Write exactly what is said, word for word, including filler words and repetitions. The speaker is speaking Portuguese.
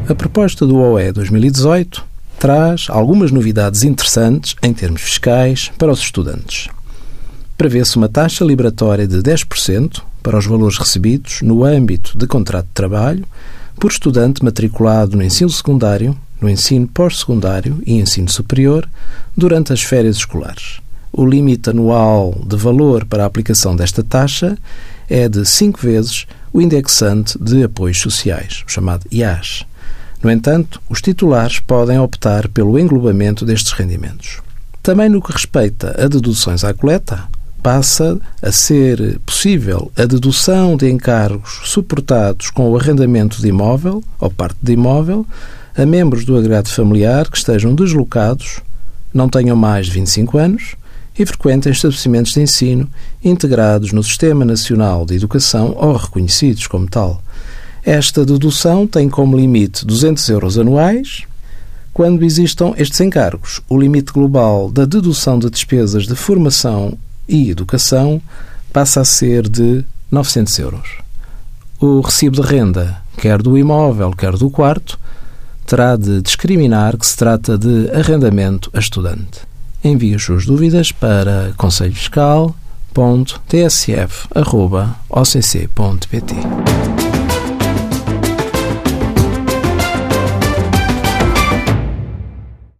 A proposta do O E dois mil e dezoito traz algumas novidades interessantes em termos fiscais para os estudantes. Prevê-se uma taxa liberatória de dez por cento para os valores recebidos no âmbito de contrato de trabalho por estudante matriculado no ensino secundário, no ensino pós-secundário e ensino superior durante as férias escolares. O limite anual de valor para a aplicação desta taxa é de cinco vezes o indexante de apoios sociais, o chamado I A S. No entanto, os titulares podem optar pelo englobamento destes rendimentos. Também no que respeita a deduções à coleta, passa a ser possível a dedução de encargos suportados com o arrendamento de imóvel ou parte de imóvel a membros do agregado familiar que estejam deslocados, não tenham mais de vinte e cinco anos e frequentem estabelecimentos de ensino integrados no Sistema Nacional de Educação ou reconhecidos como tal. Esta dedução tem como limite duzentos euros anuais. Quando existam estes encargos, o limite global da dedução de despesas de formação e educação passa a ser de novecentos euros. O recibo de renda, quer do imóvel, quer do quarto, terá de discriminar que se trata de arrendamento a estudante. Envie as suas dúvidas para conselho fiscal ponto t s f arroba o c c ponto p t.